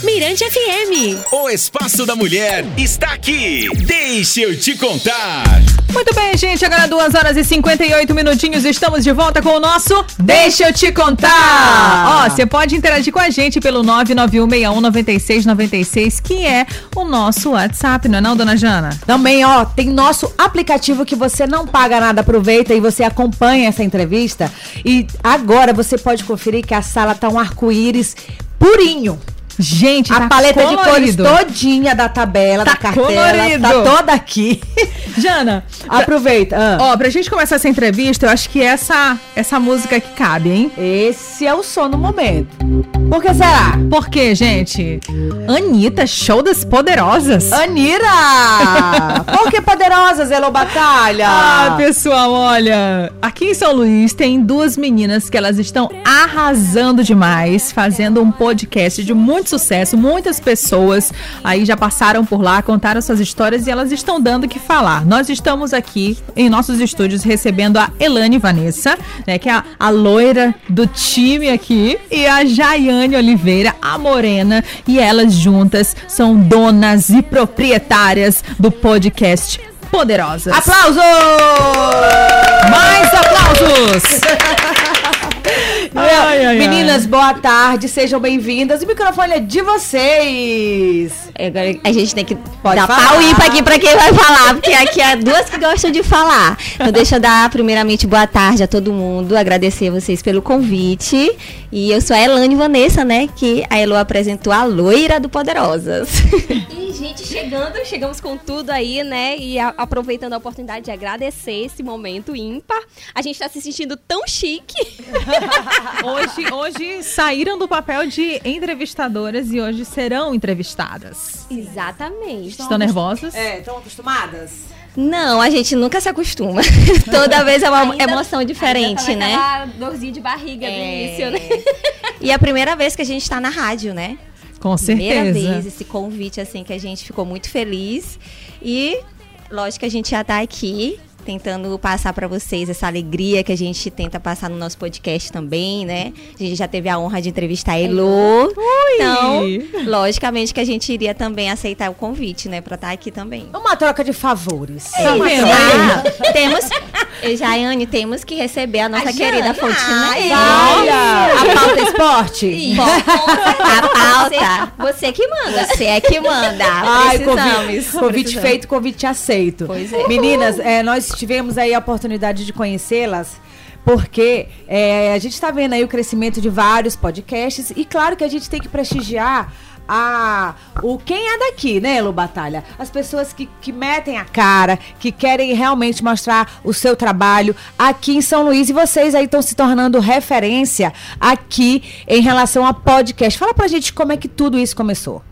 Mirante FM. O Espaço da Mulher está aqui. Deixa eu te contar. Muito bem, gente. Agora 2h58, estamos de volta com o nosso Deixa eu te contar. Ó, você pode interagir com a gente pelo 991619696, que é o nosso WhatsApp, não é não, dona Jana? Também, ó, tem nosso aplicativo que você não paga nada, aproveita e você acompanha essa entrevista. E agora você pode conferir que a sala tá um arco-íris purinho. Gente, a tá paleta colorido. de cores todinha da tabela, Tá da cartela, colorido. tá toda aqui. Jana, aproveita. Ó, pra gente começar essa entrevista, eu acho que essa música que cabe, hein? Esse é o som do momento. Por que será? Por quê, gente? Anitta, show das poderosas. Anira! Por que poderosas, Elo Batalha? Ah, pessoal, olha, aqui em São Luís tem duas meninas que elas estão arrasando demais, fazendo um podcast de muito sucesso. Muitas pessoas aí já passaram por lá, contaram suas histórias e elas estão dando o que falar. Nós estamos aqui em nossos estúdios recebendo a Elane Vanessa, né, que é a loira do time aqui, e a Jaiane Oliveira, a morena, e elas juntas são donas e proprietárias do podcast Poderosas. Aplausos! Mais aplausos! Ai. Meninas, boa tarde, sejam bem-vindas. O microfone é de vocês. Agora a gente tem que dar falar. pau ímpar aqui pra quem vai falar, porque aqui há duas que gostam de falar. Então deixa eu dar primeiramente boa tarde a todo mundo, agradecer a vocês pelo convite. E eu sou a Elane Vanessa, né, que a Elo apresentou a loira do Poderosas. E, gente, chegamos com tudo aí, né? E aproveitando a oportunidade de agradecer esse momento ímpar. A gente tá se sentindo tão chique. Hoje saíram do papel de entrevistadoras e hoje serão entrevistadas. Exatamente. Estão nervosas? Estão acostumadas? Não, a gente nunca se acostuma. Toda vez é uma emoção diferente, né? Aquela dorzinha de barriga do início, né? E é a primeira vez que a gente tá na rádio, né? Com certeza. Primeira vez, esse convite, assim, que a gente ficou muito feliz. E, lógico que a gente já tá aqui tentando passar para vocês essa alegria que a gente tenta passar no nosso podcast também, né? A gente já teve a honra de entrevistar a Elo. Então, logicamente que a gente iria também aceitar o convite, né? Para estar aqui também. Uma troca de favores. Jaiane, temos que receber a nossa querida Fontina. A pauta esporte? A pauta. Você que manda. Você é que manda. Precisamos. Convite feito, convite aceito. Pois é. Meninas, nós tivemos aí a oportunidade de conhecê-las, porque a gente está vendo aí o crescimento de vários podcasts e claro que a gente tem que prestigiar quem é daqui, né, Elo Batalha? As pessoas que metem a cara, que querem realmente mostrar o seu trabalho aqui em São Luís, e vocês aí estão se tornando referência aqui em relação a podcast. Fala pra gente como é que tudo isso começou.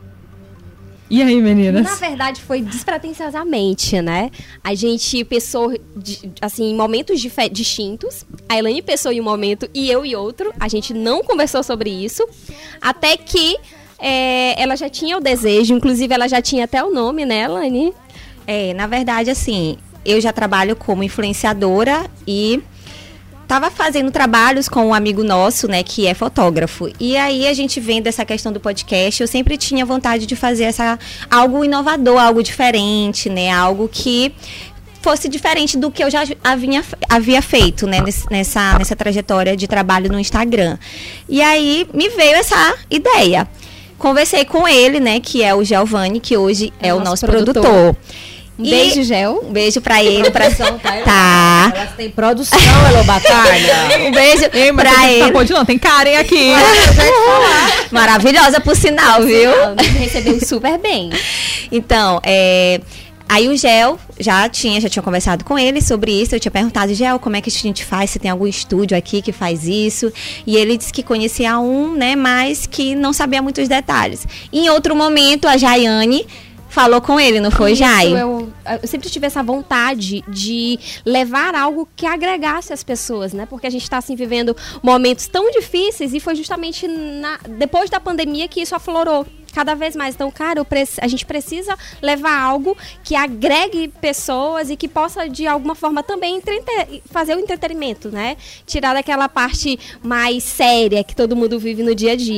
E aí, meninas? Na verdade, foi despretensiosamente, né? A gente pensou, assim, em momentos distintos. A Elane pensou em um momento e eu em outro. A gente não conversou sobre isso. Até que ela já tinha o desejo, inclusive ela já tinha até o nome, né, Elane? Na verdade, assim, eu já trabalho como influenciadora e tava fazendo trabalhos com um amigo nosso, né, que é fotógrafo. E aí a gente vendo essa questão do podcast, eu sempre tinha vontade de fazer algo inovador, algo diferente, né, algo que fosse diferente do que eu já havia feito, né, nessa trajetória de trabalho no Instagram. E aí me veio essa ideia. Conversei com ele, né, que é o Giovanni, que hoje é o nosso produtor. Beijo, Gel. Um beijo pra ele. Tá. Elas têm produção, Elo Batalha. Um beijo pra ele. Não, tem Karen aqui. Maravilhosa, por sinal, viu? Nos recebeu super bem. Então, aí o Gel já tinha conversado com ele sobre isso. Eu tinha perguntado, Gel, como é que a gente faz? Se tem algum estúdio aqui que faz isso? E ele disse que conhecia um, né, mas que não sabia muitos detalhes. Em outro momento, a Jaiane falou com ele, não foi, Jai? Eu sempre tive essa vontade de levar algo que agregasse as pessoas, né? Porque a gente está, assim, vivendo momentos tão difíceis e foi justamente depois da pandemia que isso aflorou cada vez mais. Então, cara, a gente precisa levar algo que agregue pessoas e que possa, de alguma forma, também fazer o entretenimento, né? Tirar daquela parte mais séria que todo mundo vive no dia a dia.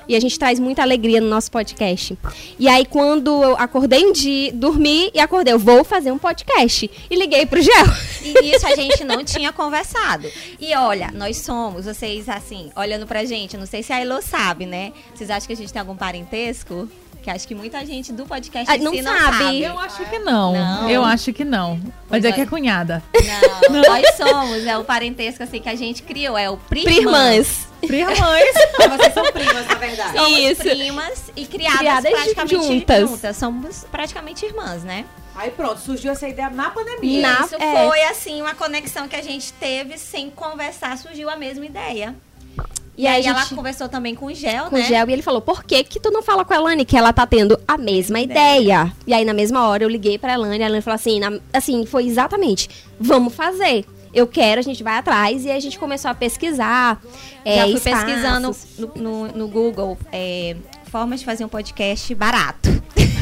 E a gente traz muita alegria no nosso podcast. E aí, quando eu acordei um dia, dormi e acordei, eu vou fazer um podcast. E liguei pro Gel. E isso a gente não tinha conversado. E olha, nós somos, vocês assim, olhando pra gente, não sei se a Elô sabe, né? Vocês acham que a gente tem algum parentesco? Que acho que muita gente do podcast em não si sabe. Eu acho que não. Não. Eu acho que não. Mas é que é cunhada. Não, nós somos, o parentesco assim que a gente criou, é o Irmãs. Prima-mães. Vocês são primas, na verdade. Somos Isso. primas e criadas praticamente juntas. Somos praticamente irmãs, né? Aí pronto, surgiu essa ideia na pandemia. Isso foi assim uma conexão que a gente teve sem conversar, surgiu a mesma ideia. E aí ela conversou também com o Gel, Com né? o Gel, e ele falou, por que tu não fala com a Elane, que ela tá tendo a mesma ideia? E aí, na mesma hora, eu liguei pra Elane, e a Elane falou assim, assim, foi exatamente, vamos fazer. Eu quero, a gente vai atrás, e aí a gente começou a pesquisar. Já fui pesquisando no Google formas de fazer um podcast barato.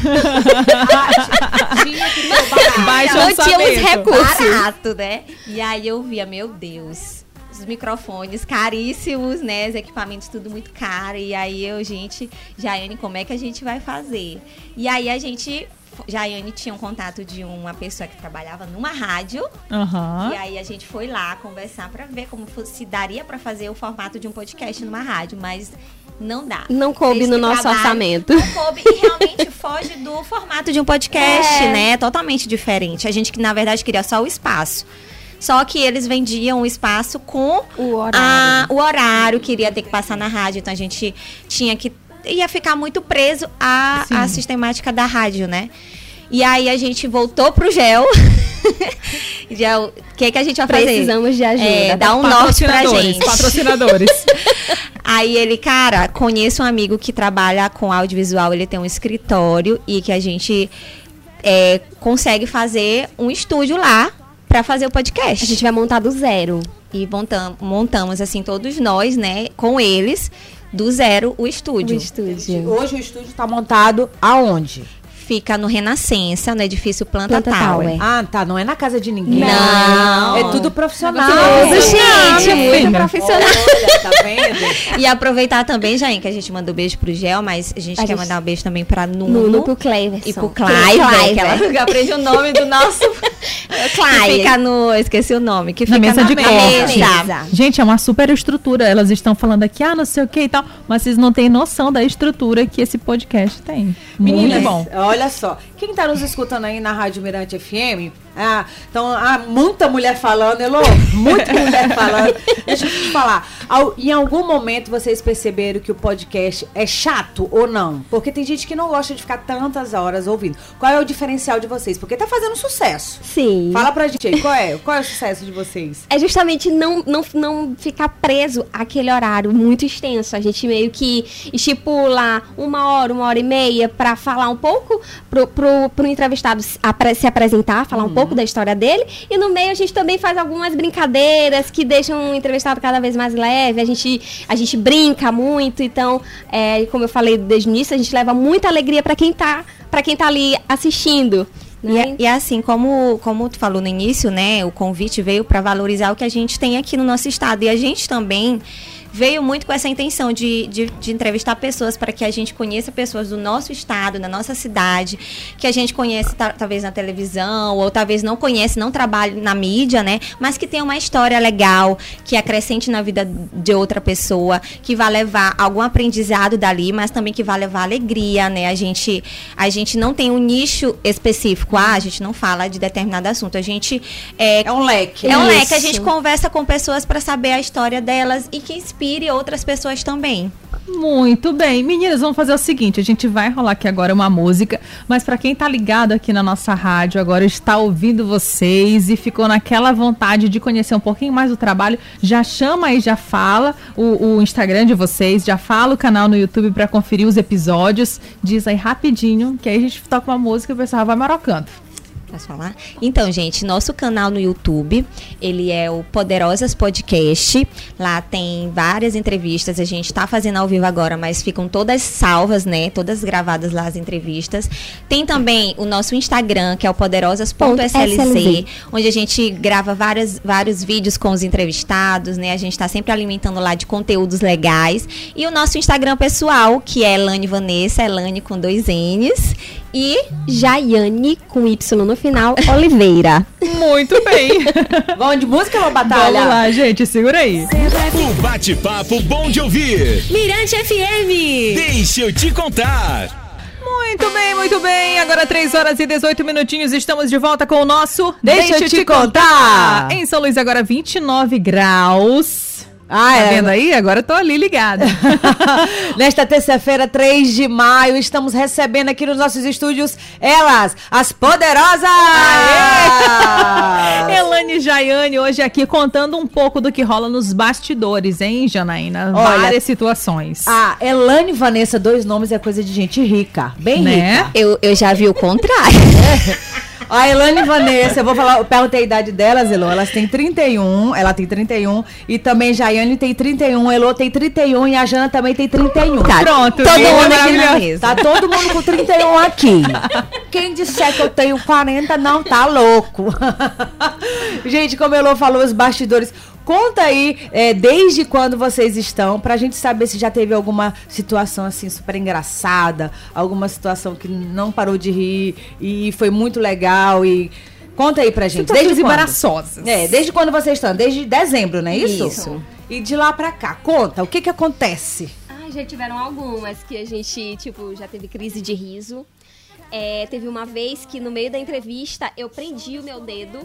Tinha que ter o barato. Baixo Não tínhamos orçamento. recursos. Barato, né? E aí eu via, meu Deus, os microfones caríssimos, né? Os equipamentos tudo muito caro. E aí gente, Jaiane, como é que a gente vai fazer? E aí Jaiane tinha um contato de uma pessoa que trabalhava numa rádio. Aham. E aí a gente foi lá conversar pra ver como se daria pra fazer o formato de um podcast numa rádio, mas não dá. Não coube Esse no nosso trabalho orçamento. Não coube e realmente foge do formato de um podcast, né? Totalmente diferente. A gente que na verdade queria só o espaço. Só que eles vendiam o espaço com O horário. o horário que iria ter que passar na rádio. Então a gente ia ficar muito preso à sistemática da rádio, né? E aí a gente voltou pro Gel. Gel, o que a gente vai fazer? Precisamos de ajuda. Dá um norte pra gente. Patrocinadores. Aí ele, cara, conheço um amigo que trabalha com audiovisual, ele tem um escritório e que a gente consegue fazer um estúdio lá pra fazer o podcast. A gente vai montar do zero. E montamos, assim, todos nós, né, com eles, do zero, o estúdio. Hoje o estúdio tá montado aonde? Fica no Renascença, no edifício Planta Tower. Ah, tá. Não é na casa de ninguém. Não. É tudo profissional. Tudo, gente, muito filha. profissional. Olha, tá vendo? E aproveitar também, Jaine, que a gente mandou beijo pro Gel, mas a gente quer mandar um beijo também pra Nuno. Pro Cleverson. E pro Clive, que ela aprende o nome do nosso... Clive. Fica esqueci o nome. Que Na fica mesa de corte. mesa. Gente, é uma super estrutura. Elas estão falando aqui, não sei o que e tal, mas vocês não têm noção da estrutura que esse podcast tem. Meninas, Muito bom. olha só. Quem tá nos escutando aí na Rádio Mirante FM, então há muita mulher falando, Elô, muita mulher falando. Deixa eu te falar. Em algum momento vocês perceberam que o podcast é chato ou não? Porque tem gente que não gosta de ficar tantas horas ouvindo. Qual é o diferencial de vocês? Porque tá fazendo sucesso. Sim. Fala pra gente aí, qual é o sucesso de vocês? É justamente não ficar preso àquele horário muito extenso. A gente meio que estipula 1 hora e meia pra falar um pouco pro entrevistado se apresentar, falar um pouco da história dele. E no meio a gente também faz algumas brincadeiras que deixam o entrevistado cada vez mais leve. A gente brinca muito. Então, como eu falei desde o início, a gente leva muita alegria pra quem tá ali assistindo. Né? E assim, como tu falou no início, né, o convite veio para valorizar o que a gente tem aqui no nosso estado. E a gente também veio muito com essa intenção de entrevistar pessoas para que a gente conheça pessoas do nosso estado, da nossa cidade, que a gente conhece talvez na televisão, ou talvez não conhece, não trabalhe na mídia, né? Mas que tem uma história legal, que acrescente na vida de outra pessoa, que vai levar algum aprendizado dali, mas também que vai levar alegria, né? A gente não tem um nicho específico, a gente não fala de determinado assunto, a gente... É um leque. É um leque, a gente conversa com pessoas para saber a história delas e que inspire outras pessoas também. Muito bem. Meninas, vamos fazer o seguinte, a gente vai rolar aqui agora uma música, mas para quem tá ligado aqui na nossa rádio, agora está ouvindo vocês e ficou naquela vontade de conhecer um pouquinho mais do trabalho, já chama aí, já fala o Instagram de vocês, já fala o canal no YouTube para conferir os episódios, diz aí rapidinho, que aí a gente toca uma música e o pessoal vai marocando. Posso falar? Então, gente, nosso canal no YouTube, ele é o Poderosas Podcast. Lá tem várias entrevistas. A gente tá fazendo ao vivo agora, mas ficam todas salvas, né? Todas gravadas lá as entrevistas. Tem também o nosso Instagram, que é o poderosas.slc, onde a gente grava vários vídeos com os entrevistados, né? A gente tá sempre alimentando lá de conteúdos legais. E o nosso Instagram pessoal, que é Elane Vanessa, Elane com 2 N's. E Jaiane, com Y no final, Oliveira. Muito bem. Vamos de música ou batalha? Vamos lá, gente, segura aí. O bate-papo bom de ouvir. Mirante FM. Deixa eu te contar. Muito bem, muito bem. Agora 3 horas e 18 minutinhos, estamos de volta com o nosso Deixa eu te contar. Em São Luís agora 29 graus. Ah, Tá vendo aí? Agora eu tô ali ligada. Nesta terça-feira, 3 de maio, estamos recebendo aqui nos nossos estúdios elas, as poderosas! Elane e Jaiane hoje aqui contando um pouco do que rola nos bastidores, hein, Janaína? Olha, várias situações. A Elane e Vanessa, 2 nomes é coisa de gente rica, bem Né? rica. eu já vi o contrário. A Elane e Vanessa, eu perguntei a idade delas, Elô, elas têm 31, ela tem 31, e também Jaiane tem 31, Elô tem 31 e a Jana também tem 31. Tá, Pronto, todo linda, mundo aqui na maravilhosa. mesa. Tá todo mundo com 31 aqui. Quem disser que eu tenho 40 não tá louco. Gente, como a Elô falou, os bastidores. Conta aí, desde quando vocês estão, pra gente saber se já teve alguma situação assim super engraçada, alguma situação que não parou de rir e foi muito legal e... Conta aí pra gente, desde quando? embaraçosas. Desde quando vocês estão? Desde dezembro, não é isso? Isso. E de lá pra cá, conta, o que que acontece? Ai, já tiveram algumas que a gente, tipo, já teve crise de riso. Teve uma vez que no meio da entrevista eu prendi o meu dedo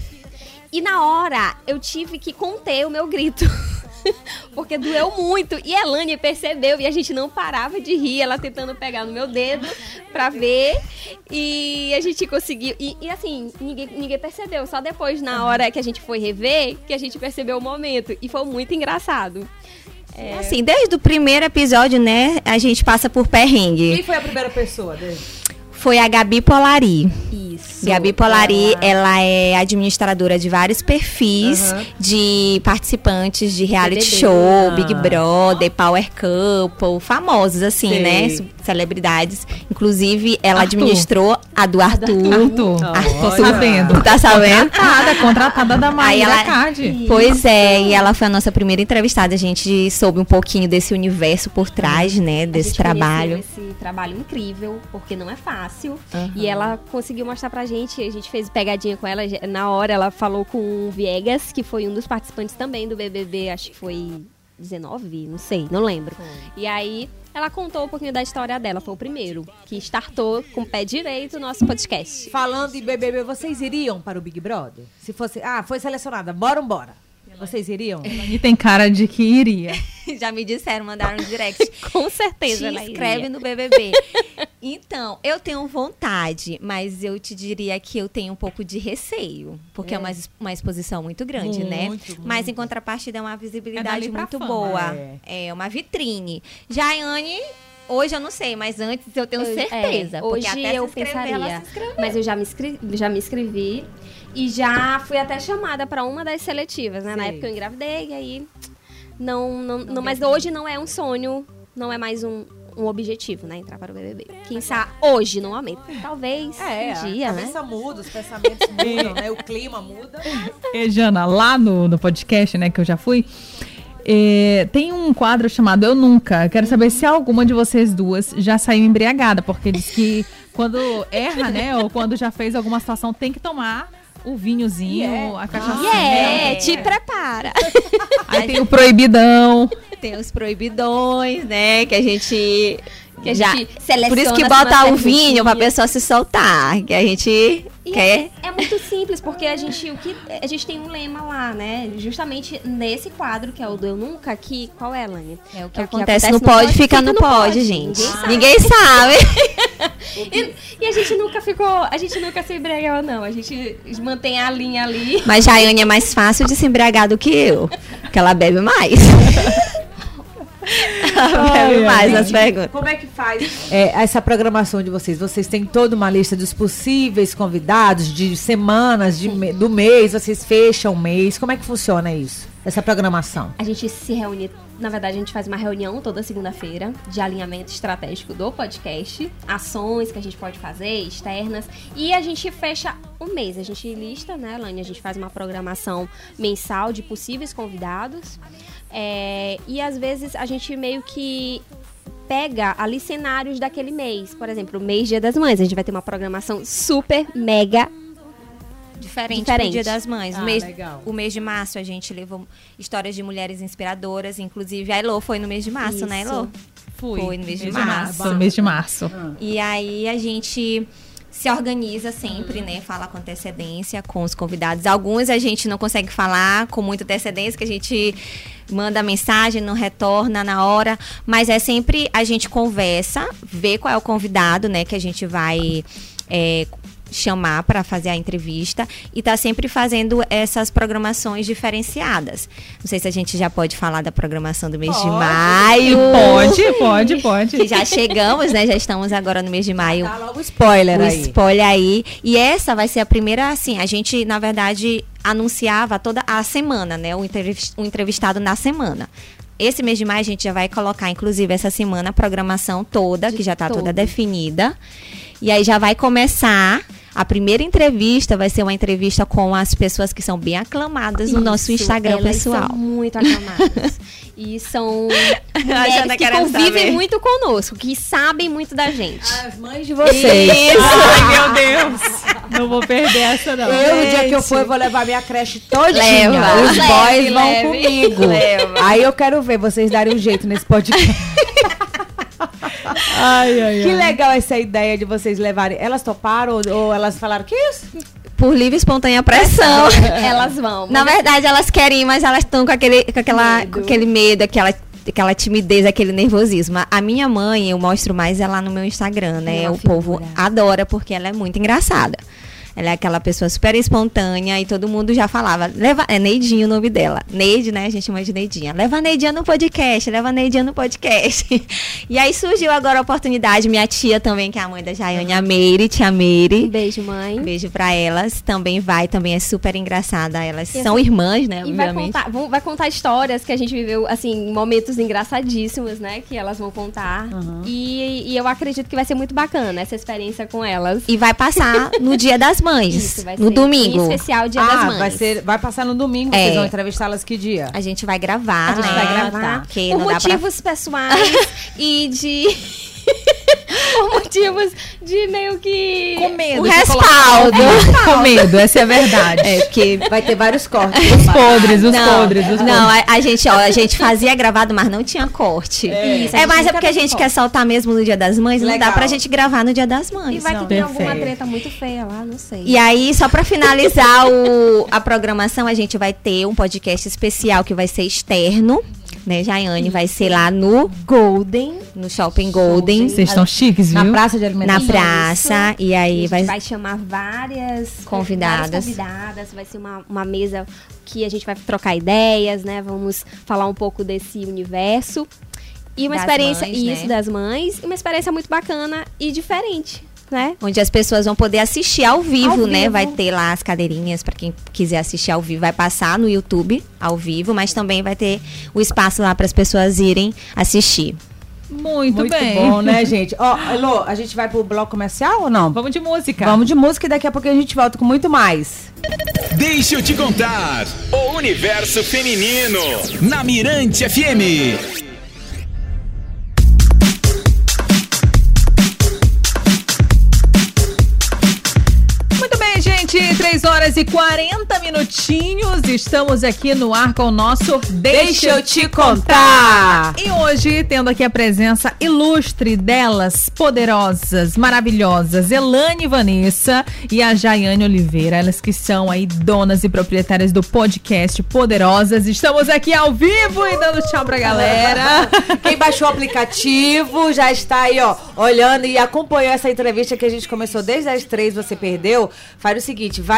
e na hora eu tive que conter o meu grito. Porque doeu muito. E a Elane percebeu e a gente não parava de rir, ela tentando pegar no meu dedo pra ver. E a gente conseguiu. E assim, ninguém percebeu. Só depois, na hora que a gente foi rever, que a gente percebeu o momento. E foi muito engraçado. Assim, desde o primeiro episódio, né, a gente passa por perrengue. Quem foi a primeira pessoa dele? Foi a Gabi Polari. Isso. Gabi Polari, ela é administradora de vários perfis de participantes de reality BBB. show, Big Brother, Power Couple, famosos assim, Sei. né? Celebridades. Inclusive, ela Arthur. administrou a do Arthur. Arthur, tô Olha. sabendo. Tu tá sabendo? Contratada da Maíra ela- Card. Pois é, e ela foi a nossa primeira entrevistada. A gente soube um pouquinho desse universo por trás, né, desse A gente trabalho. conheceu esse trabalho incrível, porque não é fácil. E ela conseguiu mostrar pra gente, a gente fez pegadinha com ela. Na hora ela falou com o Viegas, que foi um dos participantes também do BBB, acho que foi 19, não sei, não lembro. E aí ela contou um pouquinho da história dela, foi o primeiro que startou com o pé direito o nosso podcast. Falando em BBB, vocês iriam para o Big Brother? Se fosse... foi selecionada, bora. Vocês iriam? E tem cara de que iria. Já me disseram, mandaram um direct. Com certeza Te ela inscreve iria. no BBB. Então, eu tenho vontade, mas eu te diria que eu tenho um pouco de receio. Porque é uma exposição muito grande, né? Mas em contrapartida é uma É visibilidade dali pra muito fama. boa. É uma vitrine. Jaiane, hoje eu não sei, mas antes eu tenho certeza. porque Hoje até eu se inscrever, ela pensaria, se inscreveu. mas eu já me inscrevi e já fui até chamada para uma das seletivas, né? Na Sei. época eu engravidei e aí mas hoje não é um sonho, não é mais um objetivo, né? Entrar para o BBB. Quem sabe hoje não aumenta, talvez um dia, a né? cabeça muda, os pensamentos mudam, né? O clima muda. E, Jana, lá no podcast, né, que eu já fui, tem um quadro chamado Eu Nunca. Quero saber se alguma de vocês duas já saiu embriagada, porque diz que quando erra, né, ou quando já fez alguma situação, tem que tomar o vinhozinho, a cachaçinha. Te prepara. Aí tem o proibidão. Tem os proibidões, né? Que a gente gente seleciona por isso que assim bota uma o vinho cervejinha. pra pessoa se soltar. Que a gente quer. É muito simples, porque a gente tem um lema lá, né? Justamente nesse quadro, que é o do Eu Nunca, que... Qual é, Elane? É o que acontece no pode, fica no pode, gente. Ninguém Ninguém sabe. E a gente nunca se embriagou, não. A gente mantém a linha ali. Mas Jaiane é mais fácil de se embriagar do que eu. Porque ela bebe mais. Bebe mais as perguntas. Como é que faz essa programação de vocês? Vocês têm toda uma lista dos possíveis convidados de semanas, do mês, vocês fecham o mês. Como é que funciona isso? Essa programação? A gente se reúne, na verdade a gente faz uma reunião toda segunda-feira de alinhamento estratégico do podcast, ações que a gente pode fazer, externas, e a gente fecha um mês. A gente lista, né, Elaine? A gente faz uma programação mensal de possíveis convidados, e às vezes a gente meio que pega ali cenários daquele mês. Por exemplo, o mês Dia das Mães, a gente vai ter uma programação super, mega Diferente do Dia das Mães. O mês de março a gente levou histórias de mulheres inspiradoras, inclusive a Elô foi no mês de março, né, Elô? Foi no mês de março. No mês de março. E aí a gente se organiza sempre, né? Fala com antecedência com os convidados. Alguns a gente não consegue falar com muita antecedência, que a gente manda mensagem, não retorna na hora, mas é sempre a gente conversa, vê qual é o convidado, né, que a gente vai chamar para fazer a entrevista, e tá sempre fazendo essas programações diferenciadas. Não sei se a gente já pode falar da programação do mês de maio. Pode. Que já chegamos, né? Já estamos agora no mês de maio. Dá logo o spoiler aí. Spoiler aí. E essa vai ser a primeira, assim, a gente, na verdade, anunciava toda a semana, né? O entrevistado na semana. Esse mês de maio a gente já vai colocar, inclusive, essa semana, a programação toda, que já está toda definida. E aí já vai começar. A primeira entrevista vai ser uma entrevista com as pessoas que são bem aclamadas no nosso Instagram pessoal. São muito aclamadas. E são mulheres que convivem muito conosco, que sabem muito da gente. As mães de vocês. Ai, meu Deus. Não vou perder essa, não. No dia que eu for, eu vou levar minha creche todinha. Leva. Os boys vão Leve. comigo. Leva. Aí eu quero ver vocês darem um jeito nesse podcast. Que legal essa ideia de vocês levarem. Elas toparam ou elas falaram que isso? Por livre e espontânea pressão. Elas vão. Na verdade, elas querem ir, mas elas estão com aquele medo, aquela timidez, aquele nervosismo. A minha mãe, eu mostro mais ela no meu Instagram, né? O povo adora porque ela é muito engraçada. Ela é aquela pessoa super espontânea e todo mundo já falava. É Neidinha o nome dela. Neide, né? A gente chama de Neidinha. Leva a Neidinha no podcast, E aí surgiu agora a oportunidade. Minha tia também, que é a mãe da Jaiane, a Meire, tia Meire. Um beijo, mãe. Um beijo pra elas. Também é super engraçada. Elas são irmãs, né? E vai contar histórias que a gente viveu, assim, momentos engraçadíssimos, né? Que elas vão contar. E eu acredito que vai ser muito bacana essa experiência com elas. E vai passar no Dia das Mães. Isso, vai no ser domingo. Em especial Dia das Mães. Vai passar no domingo, vocês vão entrevistá-las que dia? A gente vai gravar, A gente vai gravar. Porque Por não dá motivos pessoais e de... Por motivos de meio que... Com medo. O respaldo. Com medo, essa é a verdade. Porque Vai ter vários cortes. Os podres. Não, a gente fazia gravado, mas não tinha corte. Mas é porque a gente quer soltar mesmo no Dia das Mães, não dá pra gente gravar no Dia das Mães. E vai que tem alguma treta muito feia lá, não sei. E aí, só pra finalizar a programação, a gente vai ter um podcast especial que vai ser externo, né, Jaiane? Vai ser lá no Golden, no Shopping Golden. Vocês estão chiques, viu? Na praça de alimentação. Na praça. E aí a gente vai chamar várias convidadas. Vai ser uma mesa que a gente vai trocar ideias, né? Vamos falar um pouco desse universo. E uma experiência, das mães. Uma experiência muito bacana e diferente. Né? Onde as pessoas vão poder assistir ao vivo, né? Vai ter lá as cadeirinhas para quem quiser assistir ao vivo. Vai passar no YouTube ao vivo, mas também vai ter o espaço lá para as pessoas irem assistir. Muito bem. Bom, né, gente? Elô, a gente vai pro bloco comercial ou não? Vamos de música. Vamos de música e daqui a pouco a gente volta com muito mais. Deixa eu te contar. O universo feminino na Mirante FM. Gente, 3 horas e 40 minutinhos, estamos aqui no ar com o nosso Deixa eu te contar. E hoje, tendo aqui a presença ilustre delas, poderosas, maravilhosas, Elaine Vanessa e a Jaiane Oliveira, elas que são aí donas e proprietárias do podcast Poderosas. Estamos aqui ao vivo e dando tchau pra galera. Quem baixou o aplicativo já está aí, ó, olhando e acompanhou essa entrevista que a gente começou desde as 3, você perdeu? Faz o seguinte, vai virar o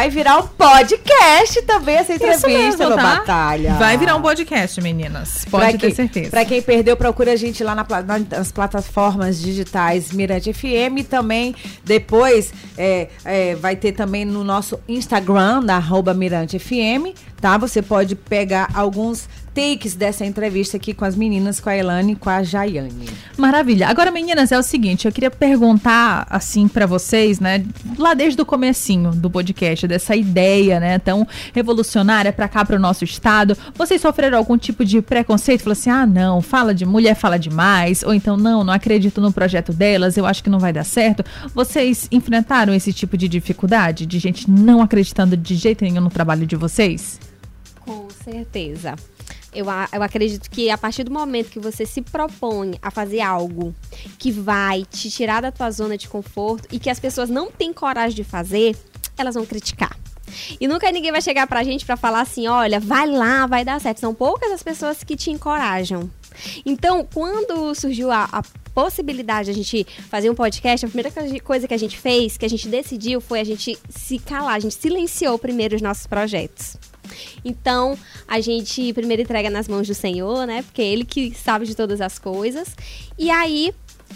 um podcast também essa entrevista, mesmo, no tá? Batalha. Vai virar um podcast, meninas. Pode ter certeza. Pra quem perdeu, procura a gente lá nas plataformas digitais Mirante FM. Também depois vai ter também no nosso Instagram, na @MiranteFM, tá? Você pode pegar alguns takes dessa entrevista aqui com as meninas, com a Elane e com a Jaiane. Maravilha. Agora, meninas, é o seguinte, eu queria perguntar, assim, pra vocês, né, lá desde o comecinho do podcast, dessa ideia, né, tão revolucionária pra cá, pro nosso estado, vocês sofreram algum tipo de preconceito? Falaram assim, não, mulher fala demais, ou então, não acredito no projeto delas, eu acho que não vai dar certo. Vocês enfrentaram esse tipo de dificuldade, de gente não acreditando de jeito nenhum no trabalho de vocês? Com certeza. Eu acredito que a partir do momento que você se propõe a fazer algo que vai te tirar da tua zona de conforto e que as pessoas não têm coragem de fazer, elas vão criticar. E nunca ninguém vai chegar pra gente pra falar assim, olha, vai lá, vai dar certo. São poucas as pessoas que te encorajam. Então, quando surgiu a possibilidade de a gente fazer um podcast, a primeira coisa que a gente fez, que a gente decidiu, foi a gente se calar, a gente silenciou primeiro os nossos projetos. Então, a gente primeiro entrega nas mãos do Senhor, né? Porque é Ele que sabe de todas as coisas. E aí,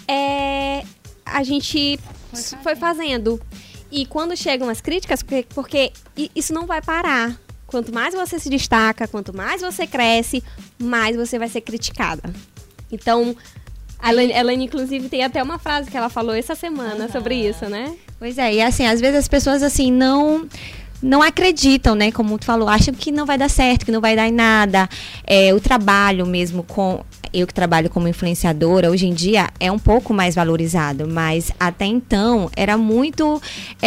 a gente foi fazendo. E quando chegam as críticas, porque isso não vai parar. Quanto mais você se destaca, quanto mais você cresce, mais você vai ser criticada. Então, a Elane, inclusive, tem até uma frase que ela falou essa semana sobre isso, né? Pois é, e assim, às vezes as pessoas assim não acreditam, né? Como tu falou, acham que não vai dar certo, que não vai dar em nada. O trabalho mesmo eu que trabalho como influenciadora, hoje em dia é um pouco mais valorizado, mas até então era muito...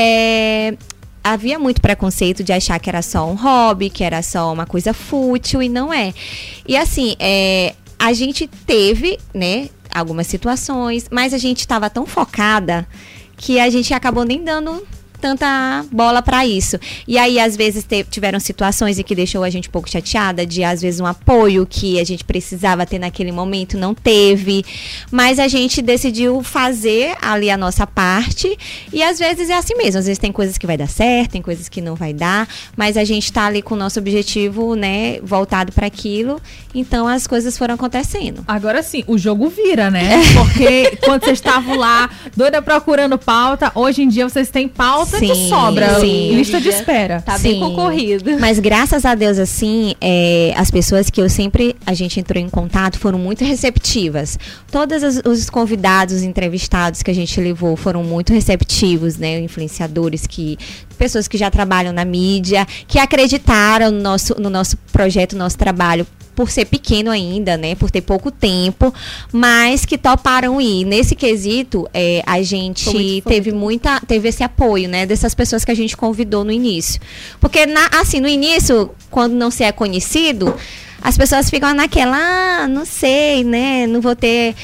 havia muito preconceito de achar que era só um hobby, que era só uma coisa fútil, e não é. E assim, a gente teve, né, algumas situações, mas a gente estava tão focada que a gente acabou nem dando tanta bola para isso. E aí, às vezes, tiveram situações em que deixou a gente um pouco chateada, de, às vezes, um apoio que a gente precisava ter naquele momento, não teve. Mas a gente decidiu fazer ali a nossa parte, e às vezes é assim mesmo. Às vezes tem coisas que vai dar certo, tem coisas que não vai dar, mas a gente tá ali com o nosso objetivo, né, voltado para aquilo, então as coisas foram acontecendo. Agora sim, o jogo vira, né? Porque quando vocês estavam lá, doida procurando pauta, hoje em dia vocês têm pauta que sobra, lista de espera. Tá bem concorrido. Mas graças a Deus, assim, as pessoas que a gente entrou em contato foram muito receptivas. Todos os convidados, os entrevistados que a gente levou foram muito receptivos, né? Influenciadores, pessoas que já trabalham na mídia, que acreditaram no nosso projeto, no nosso trabalho, por ser pequeno ainda, né, por ter pouco tempo, mas que toparam ir. Nesse quesito, a gente teve esse apoio, né, dessas pessoas que a gente convidou no início. Porque, no início, quando não se é conhecido, as pessoas ficam naquela, não sei, né, não vou ter...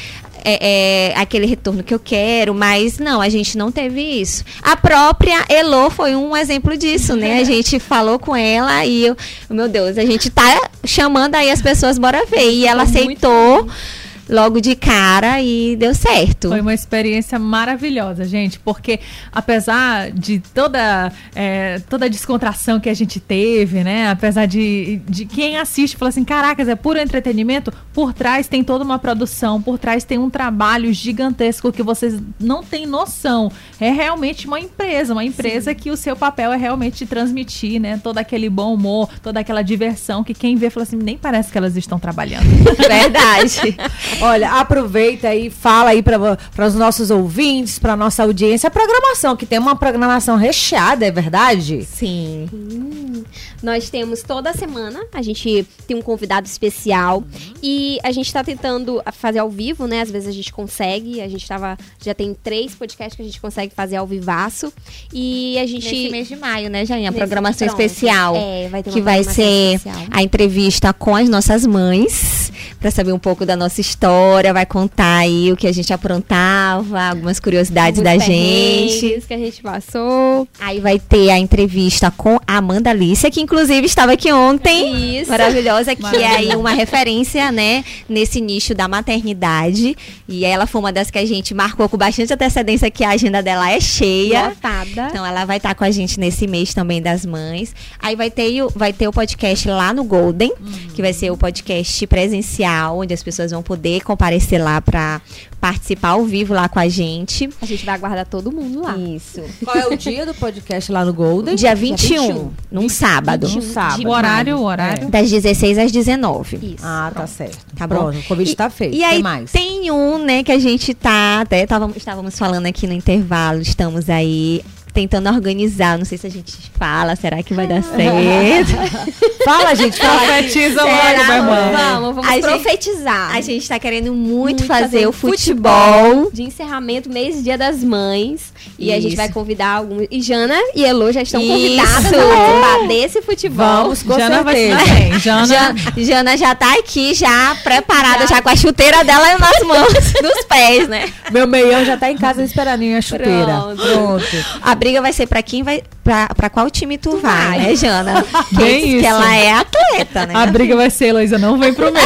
aquele retorno que eu quero, mas não, a gente não teve isso. A própria Elo foi um exemplo disso, né? A gente falou com ela e meu Deus, a gente tá chamando aí as pessoas, bora ver. E ela aceitou logo de cara e deu certo. Foi uma experiência maravilhosa, gente, porque apesar de toda a descontração que a gente teve, né, apesar de quem assiste falar assim, caracas, é puro entretenimento, por trás tem toda uma produção, por trás tem um trabalho gigantesco que vocês não têm noção. É realmente uma empresa que o seu papel é realmente transmitir, né, todo aquele bom humor, toda aquela diversão que quem vê fala assim, nem parece que elas estão trabalhando. Verdade. Olha, aproveita e fala aí para os nossos ouvintes, para nossa audiência, a programação, que tem uma programação recheada, é verdade? Sim. Nós temos toda semana, a gente tem um convidado especial e a gente está tentando fazer ao vivo, né? Às vezes a gente consegue, já tem 3 podcasts que a gente consegue fazer ao vivaço e a gente... Nesse mês de maio, né, Jainha? A programação especial, vai ter uma que vai ser especial. A entrevista com as nossas mães, para saber um pouco da nossa história, vai contar aí o que a gente aprontava, algumas curiosidades da gente. Que a gente passou. Aí vai ter a entrevista com a Amanda Alice, Letícia, que inclusive estava aqui ontem. Isso. Maravilhosa, que é aí uma referência, né, nesse nicho da maternidade. E ela foi uma das que a gente marcou com bastante antecedência, que a agenda dela é cheia. Lotada. Então ela vai estar com a gente nesse mês também das mães. Aí vai ter o podcast lá no Golden, que vai ser o podcast presencial, onde as pessoas vão poder comparecer lá para participar ao vivo lá com a gente. A gente vai aguardar todo mundo lá. Isso. Qual é o dia do podcast lá no Golden? Dia 21, num sábado. No sábado. O horário? Das 16 às 19. Isso. Ah, tá certo. Tá bom. Pronto, o convite tá feito. E aí Tem mais? tem um, né, que a gente tá, até estávamos falando aqui no intervalo, estamos aí tentando organizar, não sei se a gente fala, será que vai dar certo? Fala, gente, fala. Profetiza Será? logo, meu irmão. Vamos A gente- profetizar. A gente tá querendo muito Muito fazer o futebol futebol. de encerramento, mês Dia das Mães. E a gente Isso. vai convidar alguns. E Jana e Elô já estão Isso. convidadas a participar desse futebol. Vamos, com Jana vai se certeza. dar bem. Jana já tá aqui, já preparada, já com a chuteira dela nas mãos, nos pés, né? Meu meião já tá em casa esperando a chuteira. Pronto. A briga vai ser pra quem vai. Pra qual time tu vai, né, Jana? Bem Que isso. ela é atleta, né? A briga vai ser, Heloísa, não vem pro meu.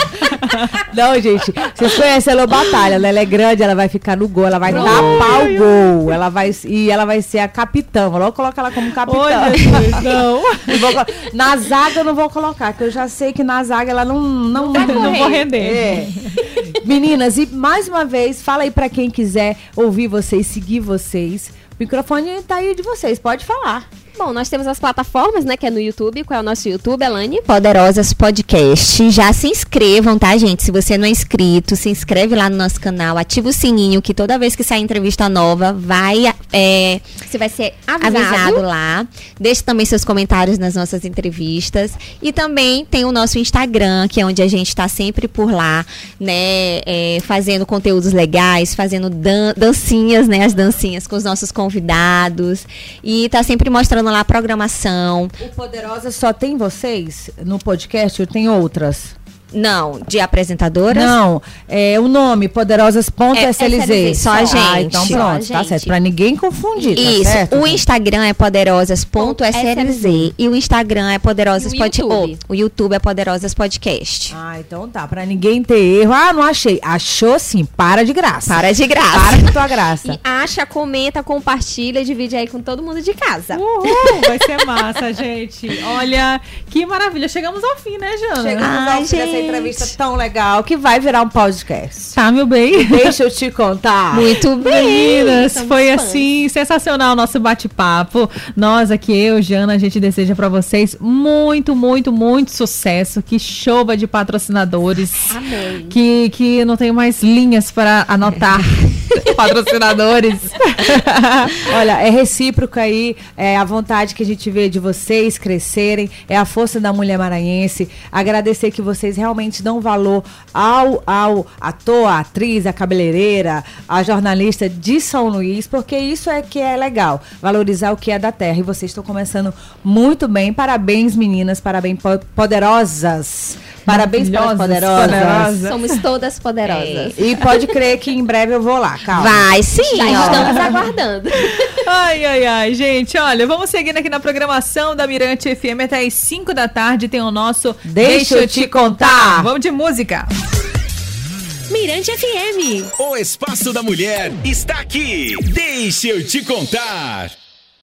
Não, gente, vocês conhecem ela batalha, né? Ela é grande, ela vai ficar no gol, ela vai tapar o gol. Ela vai ser a capitã. Vou logo colocar ela como capitã. Oi, Jesus, não. Na zaga eu não vou colocar, porque eu já sei que na zaga ela não vou render. É. Meninas, e mais uma vez, fala aí pra quem quiser ouvir vocês, seguir vocês. O microfone tá aí de vocês, pode falar. Bom, nós temos as plataformas, né? Que é no YouTube. Qual é o nosso YouTube, Elane? Poderosas Podcast. Já se inscrevam, tá, gente? Se você não é inscrito, se inscreve lá no nosso canal, ativa o sininho, que toda vez que sair entrevista nova, vai Você vai ser avisado lá. Deixe também seus comentários nas nossas entrevistas. E também tem o nosso Instagram, que é onde a gente tá sempre por lá, né? Fazendo conteúdos legais, fazendo dancinhas, né? As dancinhas com os nossos convidados. E tá sempre mostrando lá a programação. O Poderosa só tem vocês no podcast ou tem outras? Não, de apresentadoras. Não, é o nome, poderosas.slz. só a gente. Ah, então Só pronto, a tá gente. certo. Pra ninguém confundir, tá Isso, certo? o Instagram é poderosas.slz e o Instagram é Poderosas E o Podcast. YouTube? O YouTube é Poderosas Podcast. Ah, então tá. Pra ninguém ter erro. Ah, não achei. Achou sim. Para de graça. Para de graça. Para com tua graça. E acha, comenta, compartilha, divide aí com todo mundo de casa. Uhul, vai ser massa, gente. Olha, que maravilha. Chegamos ao fim, né, Jana? Chegamos Ai, ao fim dessa gente. entrevista tão legal que vai virar um podcast. Tá, meu bem. Deixa eu te contar. Muito bem. Meninas, Somos foi fãs. assim, sensacional o nosso bate-papo. Nós aqui, eu, Jana, a gente deseja pra vocês muito, muito, muito sucesso. Que chova de patrocinadores. Amém. Que não tenho mais linhas para anotar. Patrocinadores. Olha, é recíproco aí, é a vontade que a gente vê de vocês crescerem, é a força da mulher maranhense. Agradecer que vocês realmente dão valor ao ator, à atriz, à cabeleireira, à jornalista de São Luís, porque isso é que é legal, valorizar o que é da terra. E vocês estão começando muito bem. Parabéns, meninas, parabéns, poderosas. Parabéns para as poderosas. Somos todas poderosas. E pode crer que em breve eu vou lá, calma. Vai sim, Já ó. estamos aguardando. Ai, ai, ai, gente, olha, vamos seguindo aqui na programação da Mirante FM até às 5 da tarde, tem o nosso Deixa eu te contar. Vamos de música. Mirante FM. O Espaço da Mulher está aqui. Deixa eu te contar.